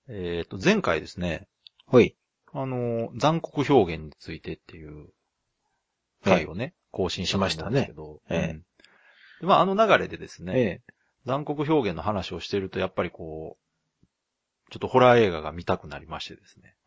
前回ですね、 はい。 残酷表現についてっていう回をね、更新したと思うんですけど、でまあ、あの流れでですね、残酷表現の話をしていると、やっぱりこう、ちょっとホラー映画が見たくなりましてですね。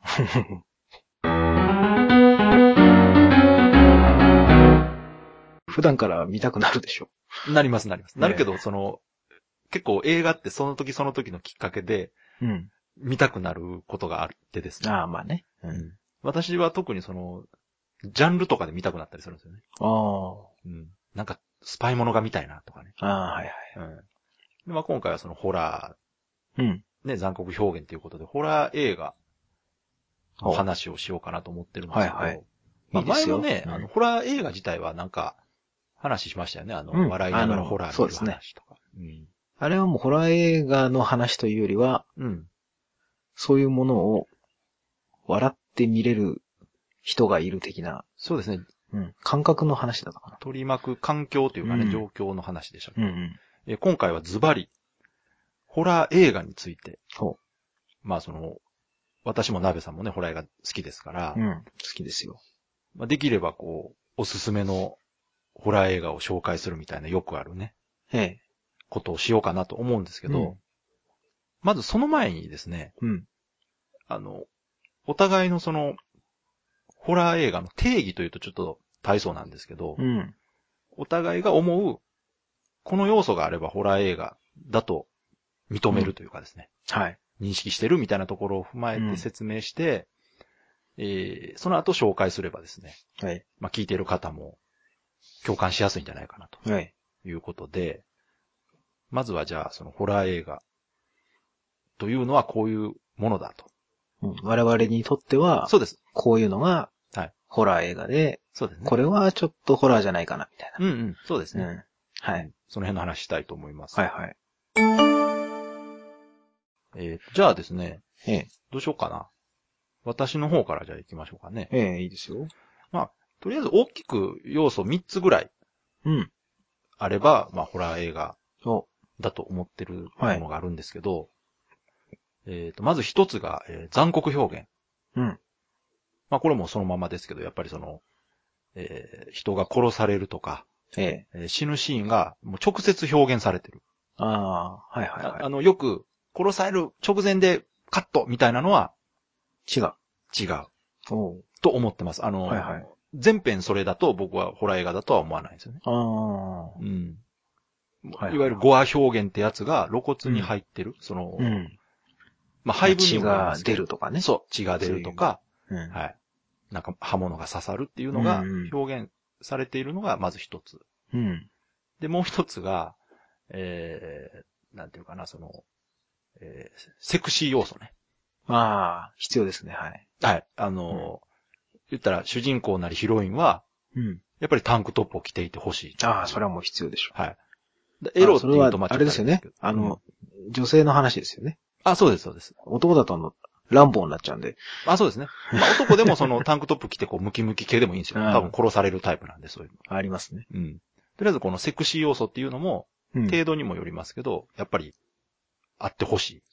普段から見たくなるでしょ。 なります。なるけど、結構映画ってその時その時のきっかけで、見たくなることがあってですね。 ああ、まあね。 私は特にジャンルとかで見たくなったりするんですよね。なんか、スパイものが見たいなとかね。 はいはい。 でまあ、今回はホラー、 ね、残酷表現ということで、ホラー映画の話をしようかなと思ってるんですけど、 はいはい。 まあ、 いいですよ。 前もね、ホラー映画自体はなんか、話しましたよね。笑いながらホラー見る話とか。 あれはもうホラー映画の話というよりは、そういうものを笑って見れる人がいる的な。 そうですね。 感覚の話だったかな。 取り巻く環境というかね、状況の話でしたけど。今回はズバリ、ホラー映画について。まあ私も鍋さんもね、ホラー映画好きですから。 好きですよ。 まあ、できればおすすめのホラー映画を紹介するみたいなよくあるね。ことをしようかなと思うんですけど、まずその前にですね、お互いのホラー映画の定義というとちょっと大層なんですけど、お互いが思う、この要素があればホラー映画だと認めるというかですね、認識してるみたいなところを踏まえて説明して、その後紹介すればですね、まあ聞いている方も共感しやすいんじゃないかなということで、まずはじゃあホラー映画というのはこういうものだと。 我々にとっては、 そうです。 こういうのが、ホラー映画で、 そうですね。 これはちょっとホラーじゃないかな、みたいな。 そうですね。その辺の話したいと思います。じゃあですね、どうしようかな。私の方からじゃあ行きましょうかね。 いいですよ。 まあ、とりあえず大きく要素3つぐらい。あれば、まあ、ホラー映画だと思ってるものがあるんですけど、まず一つが、残酷表現。まあ、これもそのままですけど、やっぱり人が殺されるとか、死ぬシーンがもう直接表現されてる。よく殺される直前でカットみたいなのは違う。と思ってます。全編それだと僕はホラー映画だとは思わないんですよね。いわゆるゴア表現ってやつが露骨に入ってる。まあ、配分にもよりますけど。 血が出るとかね。 そう、血が出るとか、はい。なんか刃物が刺さるっていうのが表現されているのがまず一つ。で、もう一つが、なんていうかな、セクシー要素ね。 必要ですね、 はい。言ったら主人公なりヒロインは、やっぱりタンクトップを着ていてほしい。 それはもう必要でしょ。 エロっていうと、 あれですよね。女性の話ですよね。 そうです、そうです。 男だと乱暴になっちゃうんで。 そうですね。まあ、男でもタンクトップ着てムキムキ系でもいいんですよ。多分殺されるタイプなんで、そういうの。 ありますね。 とりあえずこのセクシー要素っていうのも、程度にもよりますけど、やっぱり、あってほしい。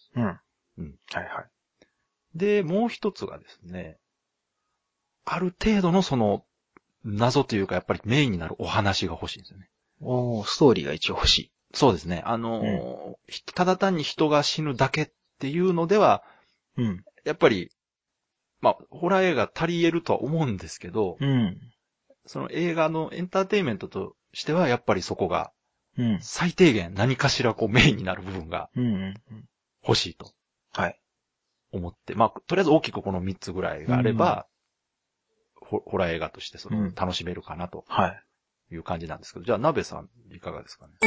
で、もう一つがですね、ある程度の謎というか、やっぱりメインになるお話が欲しいんですよね。 ストーリーが一応欲しい。 そうですね。ただ単に人が死ぬだけっていうのでは、やっぱり、まあ、ホラー映画足り得るとは思うんですけど、その映画のエンターテインメントとしては、やっぱりそこが、最低限何かしらメインになる部分が、欲しいと。思って。まあ、とりあえず大きくこの3つぐらいがあれば、ホラー映画として楽しめるかなと。いう感じなんですけど、じゃあ、鍋さん、いかがですかね。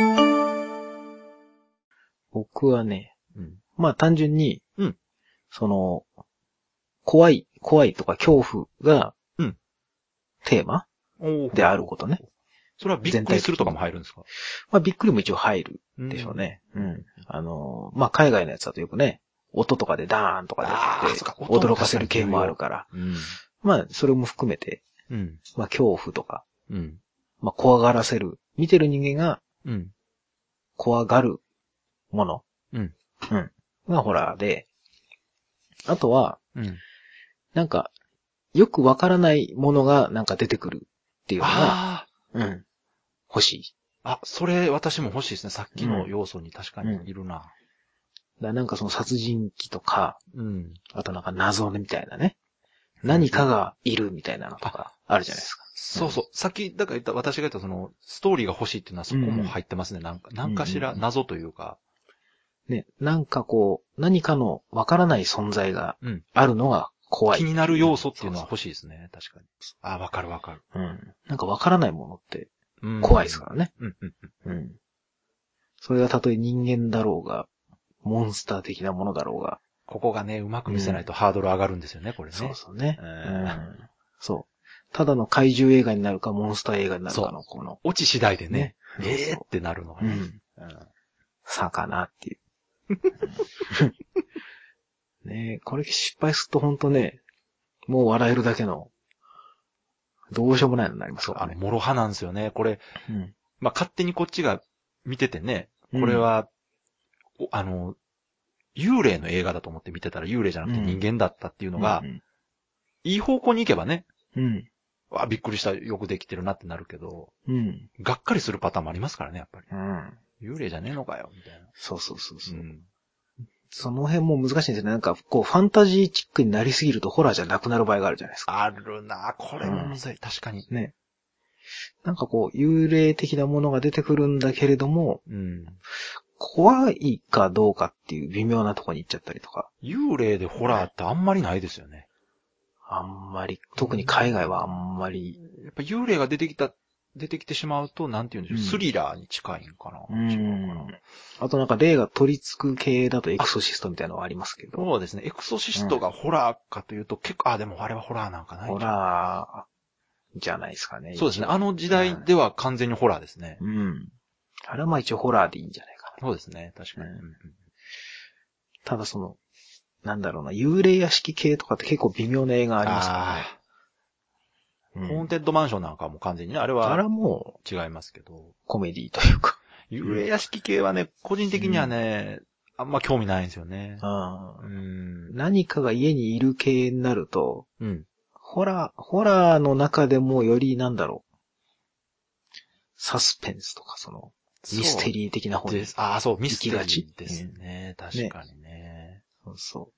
僕はね、まあ単純に、怖いとか恐怖が、テーマであることね。 それはびっくりするとかも入るんですか？ まあびっくりも一応入るでしょうね。まあ海外のやつだとよくね、音とかでダーンとかでやって驚かせる系もあるから、まあそれも含めて、まあ恐怖とか、まあ怖がらせる、見てる人間が、怖がるもの、がホラーで、 あとは、なんか、よくわからないものがなんか出てくるっていうのが、欲しい。 それ私も欲しいですね。さっきの要素に確かにいるな。 なんかその殺人鬼とか、あとなんか謎みたいなね。何かがいるみたいなのとかあるじゃないですか。 そうそう。さっき、だから言った、私が言ったその、ストーリーが欲しいっていうのはそこも入ってますね。なんかしら謎というか。 ね、なんかこう、何かのわからない存在があるのが怖い。 気になる要素っていうのは欲しいですね。確かに。わかるわかる。 なんかわからないものって怖いですからね。それがたとえ人間だろうが、モンスター的なものだろうが。 ここがね、うまく見せないとハードル上がるんですよね、これね。 そうそうね。そう。ただの怪獣映画になるか、モンスター映画になるかの、この。 落ち次第でね。ってなるのがね。 さかなっていう。ねこれ失敗するとほんとね、もう笑えるだけの、どうしようもないのになりますからね。 諸刃なんですよね。これ、勝手にこっちが見ててね、これは、幽霊の映画だと思って見てたら幽霊じゃなくて人間だったっていうのが、いい方向に行けばね、びっくりした、よくできてるなってなるけど、がっかりするパターンもありますからね、やっぱり。幽霊じゃねえのかよ、みたいな。 そう。その辺も難しいんですよね。なんか、こう、ファンタジーチックになりすぎるとホラーじゃなくなる場合があるじゃないですか。 あるなこれもむずい、確かに。 ね。なんかこう、幽霊的なものが出てくるんだけれども、怖いかどうかっていう微妙なとこに行っちゃったりとか。 幽霊でホラーってあんまりないですよね。 あんまり、特に海外はあんまり。 やっぱ幽霊が出てきてしまうと、なんて言うんでしょう、スリラーに近いんかな。 あとなんか霊が取り付く系だとエクソシストみたいなのはありますけど。 そうですね。エクソシストがホラーかというと、結構、でもあれはホラーなんかな。 ホラーじゃないですかね。 そうですね。あの時代では完全にホラーですね。 あれはまあ一応ホラーでいいんじゃないかな。 そうですね。確かに。 ただその、なんだろうな、幽霊屋敷系とかって結構微妙な映画ありますからね。ホーンテッドマンションなんかも完全にね、あれはもう違いますけど。 コメディというか。 幽霊屋敷系はね、個人的にはね、あんま興味ないんですよね。 何かが家にいる系になると、ホラーの中でもよりなんだろう、サスペンスとかその、ミステリー的な方に。 ミステリーですね。確かにね。 そう。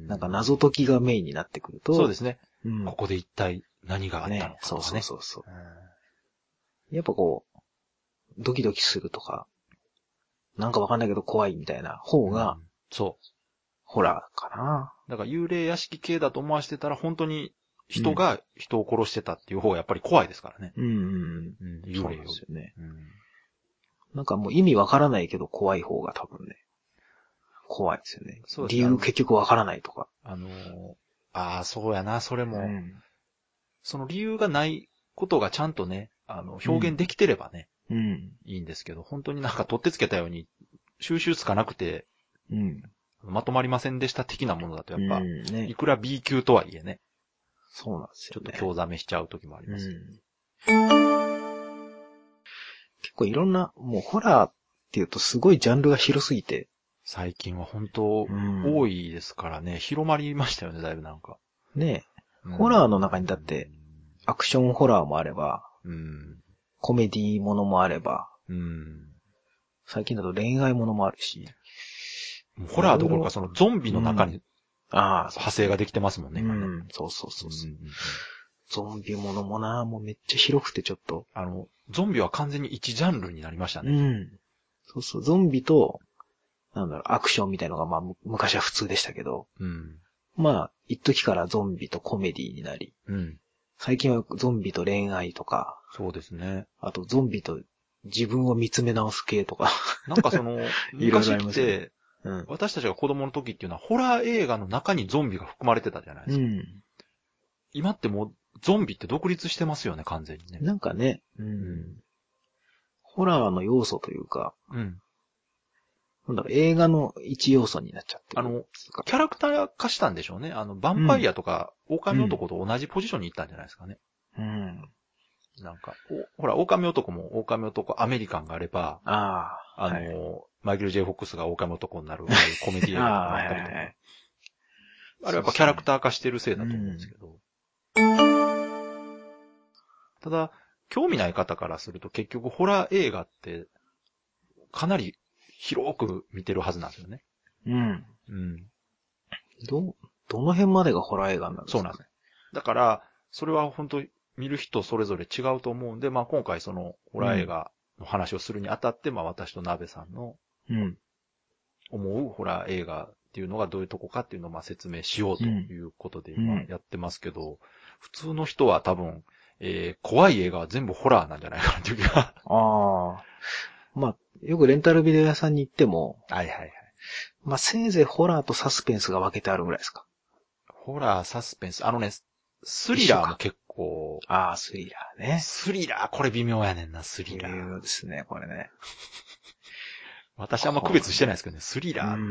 なんか謎解きがメインになってくると。 そうですね。ここで一体何があったのかとかね。 そう。やっぱこう、ドキドキするとか、なんかわかんないけど怖いみたいな方が、ホラーかな。 だから幽霊屋敷系だと思わせてたら本当に人が人を殺してたっていう方がやっぱり怖いですからね。 幽霊ですよね。なんかもう意味わからないけど怖い方が多分ね、怖いですよね。理由結局わからないとか。 そうやな、それも、その理由がないことがちゃんとね、表現できてればね、いいんですけど、本当になんか取ってつけたように、収集つかなくて、まとまりませんでした的なものだとやっぱ、いくら B 級とはいえね、 そうなんですよ、 ちょっと興ざめしちゃう時もあります。 結構いろんな、もうホラーっていうとすごいジャンルが広すぎて。 最近は本当多いですからね、広まりましたよね、だいぶなんか。 ねえ。ホラーの中にだって、アクションホラーもあれば、コメディーものもあれば、最近だと恋愛ものもあるし。 ホラーどころかそのゾンビの中に、派生ができてますもんね、今ね。 そう。ゾンビものもな、もうめっちゃ広くてちょっと。 ゾンビは完全に一ジャンルになりましたね。 そう、ゾンビと、なんだろう、アクションみたいのがまあ昔は普通でしたけど、まあ、一時からゾンビとコメディになり、最近はゾンビと恋愛とか、 そうですね。 あとゾンビと自分を見つめ直す系とか。 なんかその、昔って、私たちが子供の時っていうのは、ホラー映画の中にゾンビが含まれてたじゃないですか。今ってもう、ゾンビって独立してますよね、完全にね。 なんかね、ホラーの要素というか、なんだろう、映画の一要素になっちゃってる。 キャラクター化したんでしょうね。ヴァンパイアとか、狼男と同じポジションに行ったんじゃないですかね。なんか、ほら、狼男も狼男アメリカンがあれば、マイケル・J・フォックスが狼男になるコメディ映画とかもあったりとか。 あれはやっぱキャラクター化してるせいだと思うんですけど。ただ、興味ない方からすると結局ホラー映画ってかなり広く見てるはずなんですよね。 うん。 うん。 どの辺までがホラー映画なんですかね。 そうなんです。だから、それは本当見る人それぞれ違うと思うんで、まあ今回そのホラー映画の話をするにあたって、まあ私と鍋さんの思うホラー映画っていうのがどういうとこかっていうのをまあ説明しようということで今やってますけど、普通の人は多分、怖い映画は全部ホラーなんじゃないかなっていう気が。 ああ。まあ、よくレンタルビデオ屋さんに行っても、 はいはいはい。 まあせいぜいホラーとサスペンスが分けてあるぐらいですか。 ホラー、サスペンス、スリラーも結構。 ああ、スリラーね。 スリラー、これ微妙やねんな、スリラー。 微妙ですね、これね。 私あんま区別してないですけどね、スリラーって。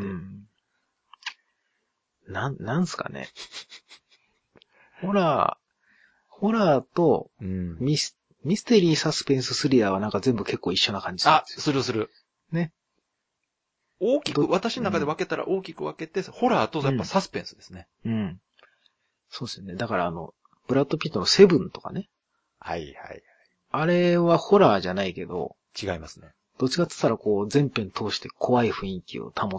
なんすかね。ホラーとミステリー、サスペンス、スリラーはなんか全部結構一緒な感じするんですよ。 する。 ね。 大きく、私の中で分けたら大きく分けて、ホラーとやっぱサスペンスですね。 うん。そうですよね。だからブラッドピットのセブンとかね。 はいはいはい。 あれはホラーじゃないけど。 違いますね。 どっちかって言ったらこう全編通して怖い雰囲気を保って。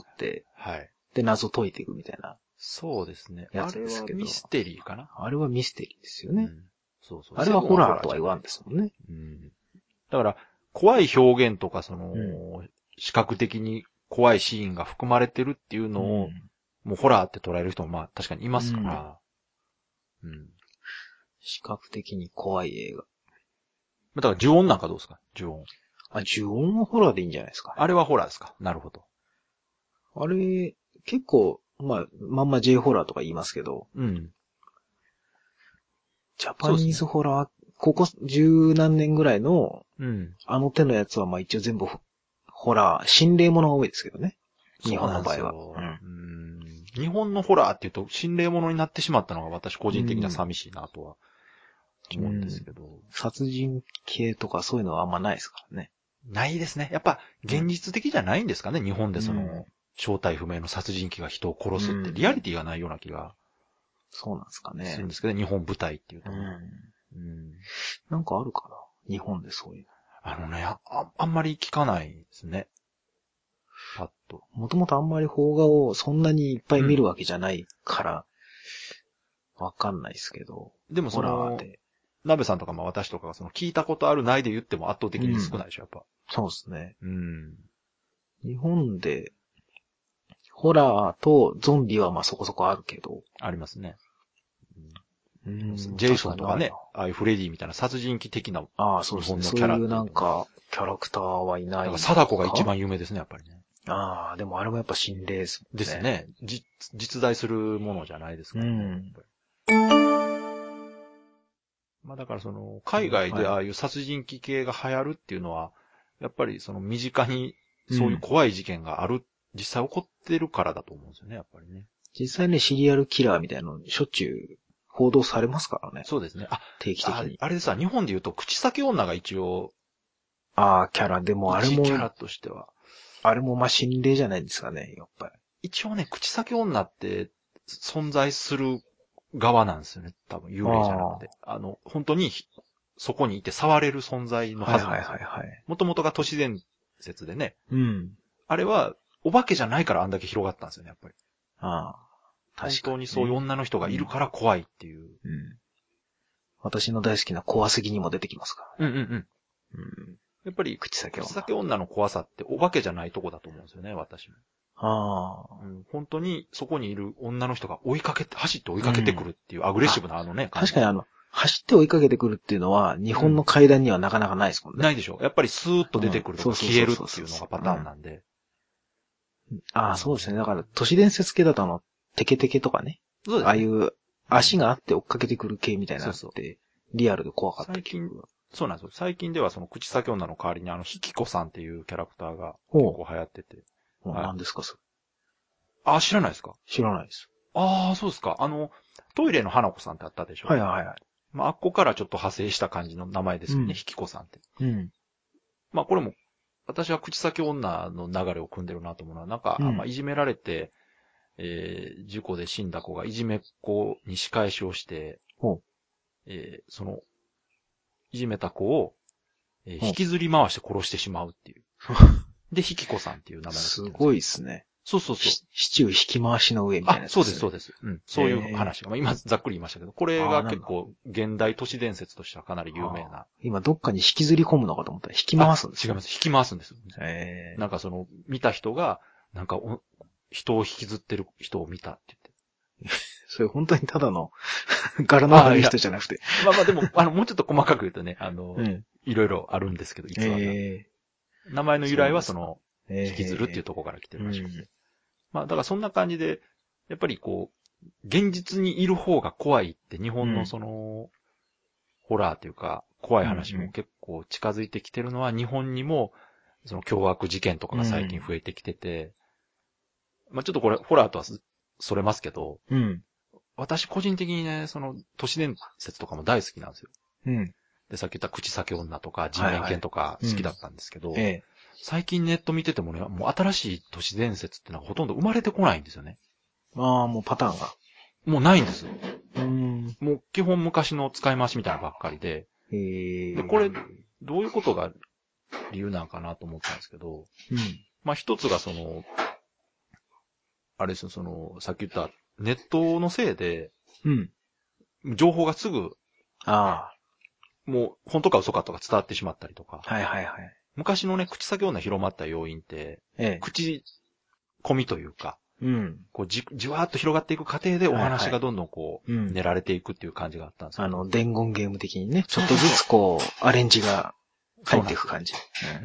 はい。 で、謎解いていくみたいな。 そうですね。 やつですけど。 あれはミステリーかな。 あれはミステリーですよね。 そうそう。 あれはホラーとは言わんですもんね。 だから、怖い表現とか視覚的に怖いシーンが含まれてるっていうのを、もうホラーって捉える人もまあ確かにいますから。 視覚的に怖い映画。 だから呪音なんかどうですか？呪音。 呪音はホラーでいいんじゃないですか。 あれはホラーですか？なるほど。 あれ、結構、まんま J ホラーとか言いますけど、ジャパニーズホラー、ここ十何年ぐらいの、あの手のやつはまあ一応全部ホラー、心霊ものが多いですけどね。日本の場合は。 日本のホラーって言うと心霊ものになってしまったのが私個人的には寂しいなとは思うんですけど。 殺人系とかそういうのはあんまないですからね。 ないですね。やっぱ現実的じゃないんですかね、日本で正体不明の殺人鬼が人を殺すってリアリティがないような気が。 そうなんですかね。 するんですけど、日本舞台っていうと。 なんかあるかな日本でそういう。 あんまり聞かないですね。パッと。 もともとあんまり邦画をそんなにいっぱい見るわけじゃないから、わかんないですけど。 でも鍋さんとか私とかが聞いたことあるないで言っても圧倒的に少ないでしょ、やっぱ。 そうですね。日本で、ホラーとゾンビはまあそこそこあるけど。 ありますね。ジェイソンとかね、ああいうフレディみたいな殺人鬼的な日本のキャラ。 そういうなんか、キャラクターはいない。 貞子が一番有名ですね、やっぱりね。 でもあれもやっぱ心霊ですもんね。ですね。実在するものじゃないですからね。まあだから海外でああいう殺人鬼系が流行るっていうのは、やっぱり身近にそういう怖い事件がある、実際起こってるからだと思うんですよね、やっぱりね。 実際ね、シリアルキラーみたいなのしょっちゅう報道されますからね。 そうですね。 定期的に。 あれでさ、日本で言うと口先女が一応、 キャラ、でもあれも、 キャラとしては。 あれもまあ心霊じゃないですかね、やっぱり。 一応ね、口先女って存在する側なんですよね。多分、幽霊じゃなくて。本当に、そこにいて触れる存在のはずなんですよ。もともとが都市伝説でね。あれは、お化けじゃないからあんだけ広がったんですよね、やっぱり。本当にそういう女の人がいるから怖いっていう。 私の大好きな怖すぎにも出てきますから。 やっぱり、口先女の怖さってお化けじゃないとこだと思うんですよね、私も。本当にそこにいる女の人が走って追いかけてくるっていうアグレッシブな確かに走って追いかけてくるっていうのは、日本の階段にはなかなかないですもんね。 ないでしょ。やっぱりスーッと出てくるとか消えるっていうのがパターンなんで。 そうですね。だから、都市伝説系だとテケテケとかね。そうですね。ああいう足があって追っかけてくる系みたいなのって、リアルで怖かった記憶が。 そうなんですよ。最近では口先女の代わりにひきこさんっていうキャラクターが結構流行ってて。 何ですか、それ。知らないですか？ 知らないです。 そうですか。トイレの花子さんってあったでしょ？ はいはいはい。 あっこからちょっと派生した感じの名前ですよね、ひきこさんって。これも、私は口先女の流れを組んでるなと思うのは、いじめられて、 事故で死んだ子がいじめっ子に仕返しをして、その、いじめた子を、引きずり回して殺してしまうっていう。で、ひきこさんっていう名前がすごいですね。 そうそうそう。 シチュー引き回しの上みたいなやつですね。 そうです、そうです。うん。そういう話が。まあ、今、ざっくり言いましたけど、これが結構、現代都市伝説としてはかなり有名な。 今、どっかに引きずり込むのかと思ったら、引き回すんです違います。引き回すんです。 なんか見た人が、なんか、人を引きずってる人を見たって言って。 それ本当にただの、柄の悪い人じゃなくて。 まあでも、もうちょっと細かく言うとね、いろいろあるんですけど、逸話が。名前の由来は引きずるっていうところから来てるらしくて。まあ、だからそんな感じで、やっぱり現実にいる方が怖いって日本のホラーというか、怖い話も結構近づいてきてるのは、日本にも、凶悪事件とかが最近増えてきてて、まあちょっとこれ、ホラーとはそれますけど、私個人的にね、都市伝説とかも大好きなんですよ。で、さっき言った口裂け女とか人面犬とか好きだったんですけど、最近ネット見ててもね、もう新しい都市伝説ってのはほとんど生まれてこないんですよね。 もうパターンが。 もうないんです。もう基本昔の使い回しみたいなばっかりで。で、これ、どういうことが理由なんかなと思ったんですけど、まあ一つがあれですよ、さっき言ったネットのせいで、情報がすぐ、もう本当か嘘かとか伝わってしまったりとか。昔のね、口先女広まった要因って、口込みというか、じわーっと広がっていく過程でお話がどんどん練られていくっていう感じがあったんですよ。 伝言ゲーム的にね、ちょっとずつアレンジが入っていく感じ。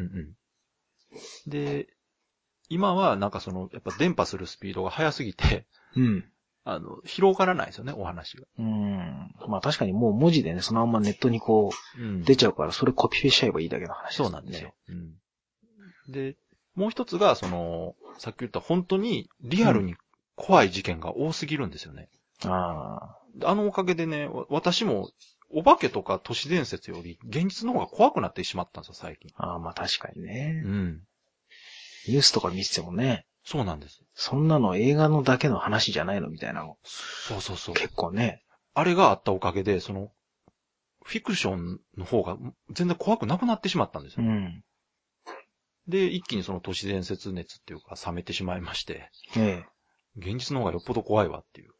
で、今はなんかやっぱ伝播するスピードが速すぎて、広がらないですよね、お話が。 まあ確かにもう文字でね、そのままネットに出ちゃうから、それコピペしちゃえばいいだけの話ですね。 そうなんですよ。で、もう一つが、さっき言った本当にリアルに怖い事件が多すぎるんですよね。おかげでね、私もお化けとか都市伝説より現実の方が怖くなってしまったんですよ、最近。 まあ確かにね。ニュースとか見ててもね。 そうなんです。 そんなの映画のだけの話じゃないのみたいなの。 そうそうそう。 結構ね。 あれがあったおかげで、フィクションの方が全然怖くなくなってしまったんですよ。で、一気に都市伝説熱っていうか冷めてしまいまして。現実の方がよっぽど怖いわっていう。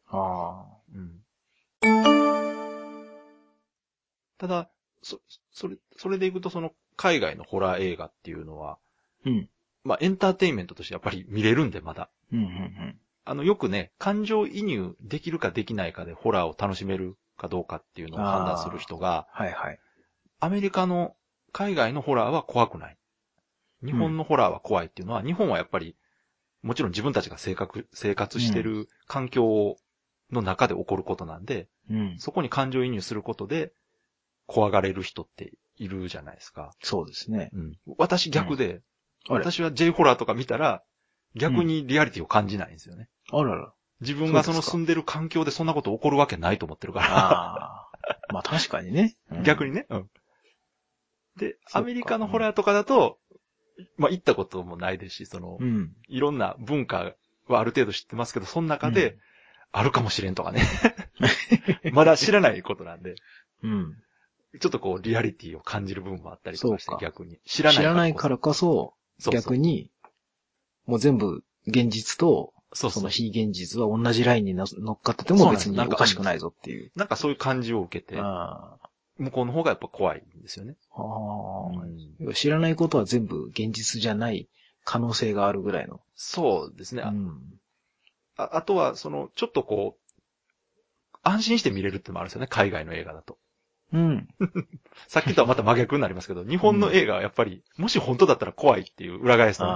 ただ、それでいくと海外のホラー映画っていうのは、まあエンターテインメントとしてやっぱり見れるんでまだ。よくね、感情移入できるかできないかでホラーを楽しめるかどうかっていうのを判断する人が、アメリカの海外のホラーは怖くない。日本のホラーは怖いっていうのは、日本はやっぱり、もちろん自分たちが生活してる環境の中で起こることなんで、そこに感情移入することで、怖がれる人っているじゃないですか。 そうですね。 私逆で、私は J ホラーとか見たら、逆にリアリティを感じないんですよね。自分が住んでる環境でそんなこと起こるわけないと思ってるから。 まあ確かにね。 逆にね。で、アメリカのホラーとかだと、まあ行ったこともないですし、いろんな文化はある程度知ってますけど、その中で、あるかもしれんとかね。まだ知らないことなんで。ちょっとリアリティを感じる部分もあったりとかして、逆に。知らないからこそ、逆に、もう全部現実と、その非現実は同じラインに乗っかってても別におかしくないぞっていう。 なんかそういう感じを受けて、向こうの方がやっぱ怖いんですよね。 知らないことは全部現実じゃない可能性があるぐらいの。 そうですね。あとは、ちょっと安心して見れるってのもあるんですよね、海外の映画だと。さっきとはまた真逆になりますけど、日本の映画はやっぱり、もし本当だったら怖いっていう裏返すと、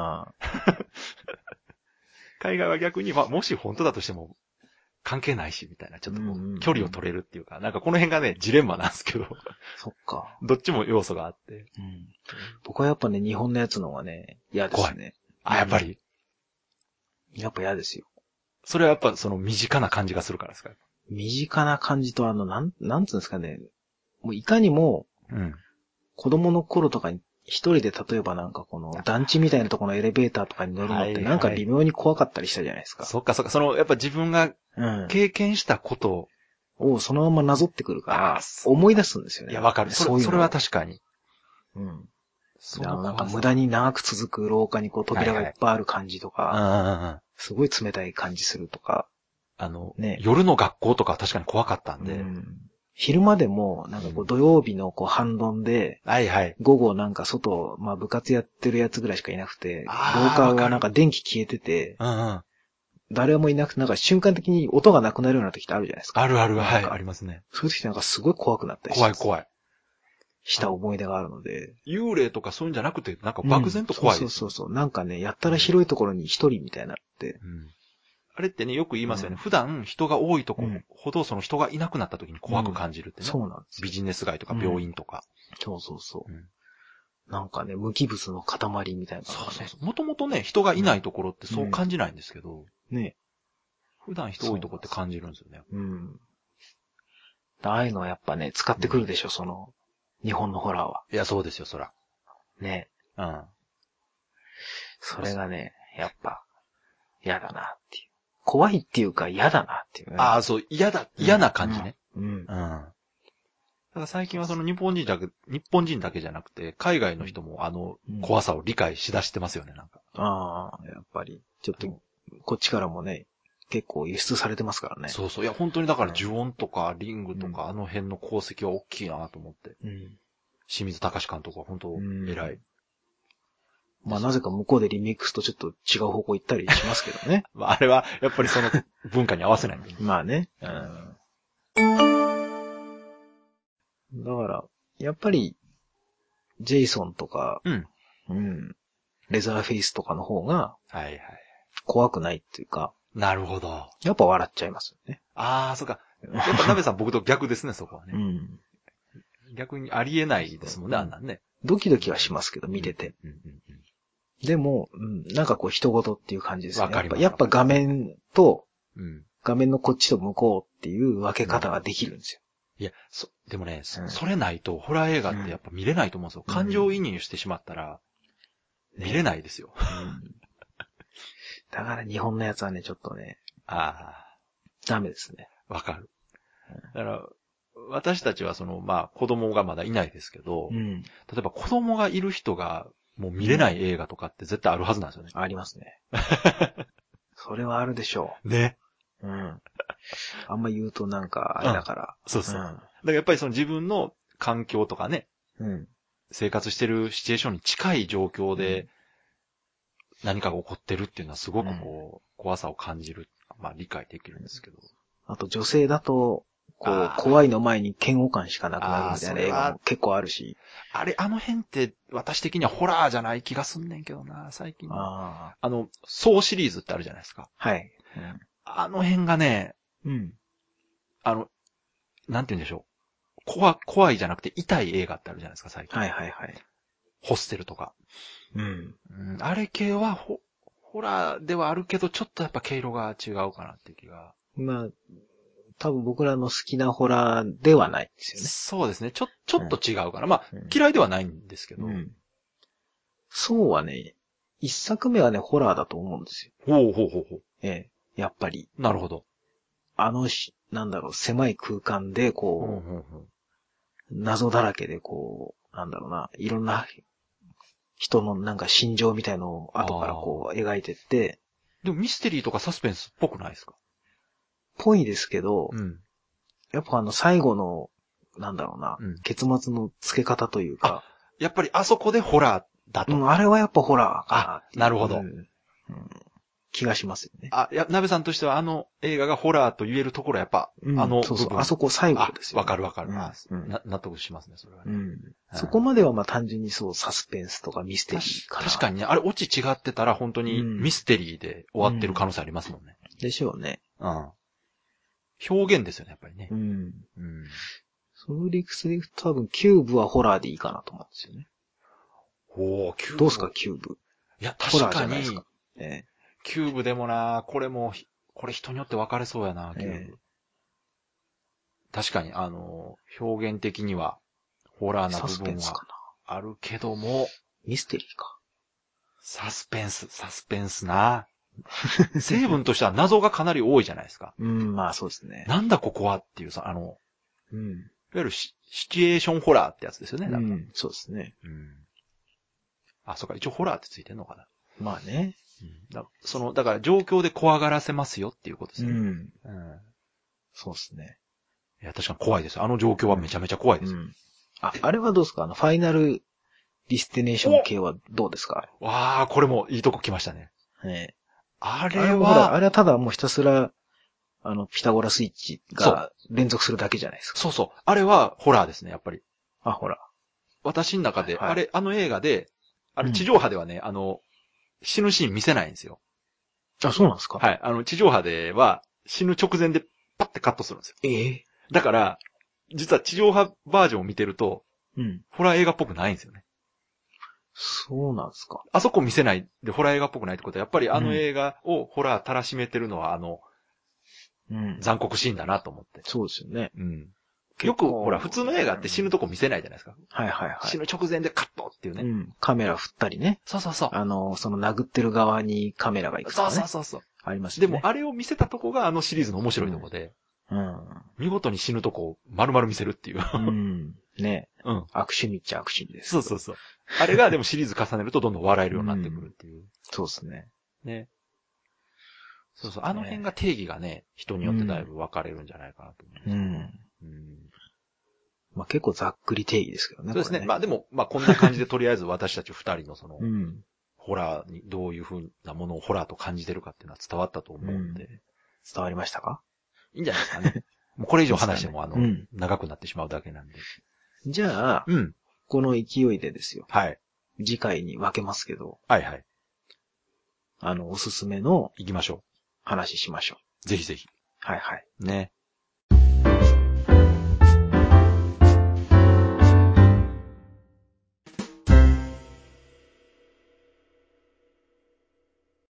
海外は逆に、まあ、もし本当だとしても、関係ないし、みたいな、ちょっと距離を取れるっていうか、なんかこの辺がね、ジレンマなんですけど。 そっか。 どっちも要素があって。 僕はやっぱね、日本のやつの方がね、嫌ですね。 やっぱり。 やっぱ嫌ですよ。 それはやっぱ身近な感じがするからですか？ 身近な感じとなんつうんですかね。もういかにも、子供の頃とかに一人で例えばなんかこの団地みたいなところのエレベーターとかに乗るのってなんか微妙に怖かったりしたじゃないですか。 そっか。やっぱ自分が経験したことをそのままなぞってくるから、思い出すんですよね。 いや、わかる。それは確かに。 うん。なんか無駄に長く続く廊下にこう扉がいっぱいある感じとか、すごい冷たい感じするとか。 ね、夜の学校とかは確かに怖かったんで。 昼間でも、なんかこう土曜日のこう半ドンで、午後なんか外、まあ部活やってるやつぐらいしかいなくて、廊下がなんか電気消えてて、誰もいなくて、なんか瞬間的に音がなくなるような時ってあるじゃないですか。 ある、はい、ありますね。 そういう時ってなんかすごい怖くなったりして。怖い。した思い出があるので。 幽霊とかそういうんじゃなくて、なんか漠然と怖いです、 そう。なんかね、やったら広いところに一人みたいになって。 あれってね、よく言いますよね。普段人が多いとこほど、その人がいなくなった時に怖く感じるってね。 そうなんですよ。ビジネス街とか病院とか。 そう。なんかね、無機物の塊みたいな、ね。 そう。もともとね、人がいないところってそう感じないんですけど。ね。普段人多いとこって感じるんですよね。 ああいうのはやっぱね、使ってくるでしょ、その、日本のホラーは。 いや、そうですよ、そら。 ね。それがね、やっぱ、嫌だなっていう。怖いっていうか嫌だなっていう、ね。 そう、嫌な感じね。だから最近はその日本人だけじゃなくて、海外の人も怖さを理解しだしてますよね、なんか。 やっぱり、ちょっと、こっちからもね、結構輸出されてますからね。 そう。いや、本当にだから呪音とかリングとか、あの辺の功績は大きいなと思って。清水隆監督は本当偉い。 まあなぜか向こうでリミックスとちょっと違う方向行ったりしますけどね。 まああれはやっぱりその文化に合わせないんで、ね。 まあね。だから、やっぱり、ジェイソンとか、レザーフェイスとかの方が、怖くないっていうか。 なるほど。 やっぱ笑っちゃいますよね。 そうか。やっぱ鍋さん僕と逆ですね、そこはね。逆にありえないですもんね、あんなんね。 ドキドキはしますけど、見てて。でも、なんかこう人事っていう感じですね。わかります。やっぱ画面と、画面のこっちと向こうっていう分け方ができるんですよ。 いや、でもね、それないと、ホラー映画ってやっぱ見れないと思うんですよ。感情移入してしまったら、見れないですよ。 だから日本のやつはね、ちょっとね、ダメですね。 わかる。だから、私たちは子供がまだいないですけど、例えば子供がいる人がもう見れない映画とかって絶対あるはずなんですよね。 ありますね。それはあるでしょう。ね。 あんま言うとなんか、あれだから。 そう。だからやっぱりその自分の環境とかね、生活してるシチュエーションに近い状況で何かが起こってるっていうのはすごくこう、怖さを感じる。まあ理解できるんですけど。 あと女性だと、こう、怖いの前に嫌悪感しかなくなるみたいな映画も結構あるし。 あの辺って私的にはホラーじゃない気がすんねんけどな、最近。ソーシリーズってあるじゃないですか。 はい。 あの辺がね、なんて言うんでしょう。怖いじゃなくて痛い映画ってあるじゃないですか、最近。 はい。 ホステルとか。あれ系はホラーではあるけど、ちょっとやっぱ毛色が違うかなっていう気が。 まあ、多分僕らの好きなホラーではないですよね。 そうですね。ちょっと違うかな。まあ、嫌いではないんですけど。 そうはね、一作目はね、ホラーだと思うんですよ。 ほう。 やっぱり。 なるほど。 なんだろう、狭い空間で、こう、謎だらけで、こう、なんだろうな、いろんな人のなんか心情みたいのを後からこう描いてって。 でもミステリーとかサスペンスっぽくないですか？ ぽいですけど、やっぱ最後の、なんだろうな、結末の付け方というか。 やっぱりあそこでホラーだと。 あれはやっぱホラーかな。 なるほど。 気がしますよね。 鍋さんとしては映画がホラーと言えるところはやっぱ、 そう、あそこ最後ですよ、 ね。わかる。納得しますね、それはね。 そこまではまあ単純にそう、サスペンスとかミステリーかな。 確かにね、あれオチ違ってたら本当にミステリーで終わってる可能性ありますもんね。 でしょうね。 表現ですよね、やっぱりね。 その理屈でいくと多分キューブはホラーでいいかなと思うんですよね。 キューブ。 どうすか、キューブ。 いや、確かに。キューブでもな、これ人によって分かれそうやな、キューブ。確かに、表現的には、ホラーな部分はあるけども。 ミステリーか。 サスペンスな。成分としては謎がかなり多いじゃないですか。 まあそうですね。 なんだここはっていうさ、いわゆるシチュエーションホラーってやつですよね、なんか。 そうですね。 あ、そうか、一応ホラーってついてんのかな。 まあね。 だから状況で怖がらせますよっていうことですね。 そうですね。 いや、確かに怖いです。あの状況はめちゃめちゃ怖いです。 あれはどうですか？ファイナルディスティネーション系はどうですか？ わあ、これもいいとこ来ましたね。あれはただもうひたすら、ピタゴラスイッチが連続するだけじゃないですか。 そうそう。あれはホラーですね、やっぱり。 あ、ホラー。 私の中で、あの映画で、地上波ではね、死ぬシーン見せないんですよ。 あ、そうなんですか？ はい。地上波では死ぬ直前でパッてカットするんですよ。だから、実は地上波バージョンを見てると、ホラー映画っぽくないんですよね。 そうなんですか？ あそこ見せないでホラー映画っぽくないってことは、やっぱりあの映画をホラーたらしめてるのは、残酷シーンだなと思って。 そうですよね。 よく、ほら、普通の映画って死ぬとこ見せないじゃないですか。死ぬ直前でカットっていうね。 カメラ振ったりね。 そう。その殴ってる側にカメラが行くとかね。 そう。 ありますね。 でも、あれを見せたとこがシリーズの面白いとこで。見事に死ぬとこを丸々見せるっていう。 ね。悪趣味っちゃ悪趣味です。 そう。あれがでもシリーズ重ねるとどんどん笑えるようになってくるっていう。 そうですね。 ね。そう。あの辺が定義がね、人によってだいぶ分かれるんじゃないかなと思います。 まあ結構ざっくり定義ですけどね。 そうですね。まあでも、こんな感じでとりあえず私たち二人のホラーにどういう風なものをホラーと感じてるかっていうのは伝わったと思うんで。 伝わりましたか？ いいんじゃないですかね。もうこれ以上話しても長くなってしまうだけなんで。 じゃあ、この勢いでですよ。 はい。 次回に分けますけど。 はい。 おすすめの。 行きましょう。 話しましょう。ぜひぜひ。 はい。 ね。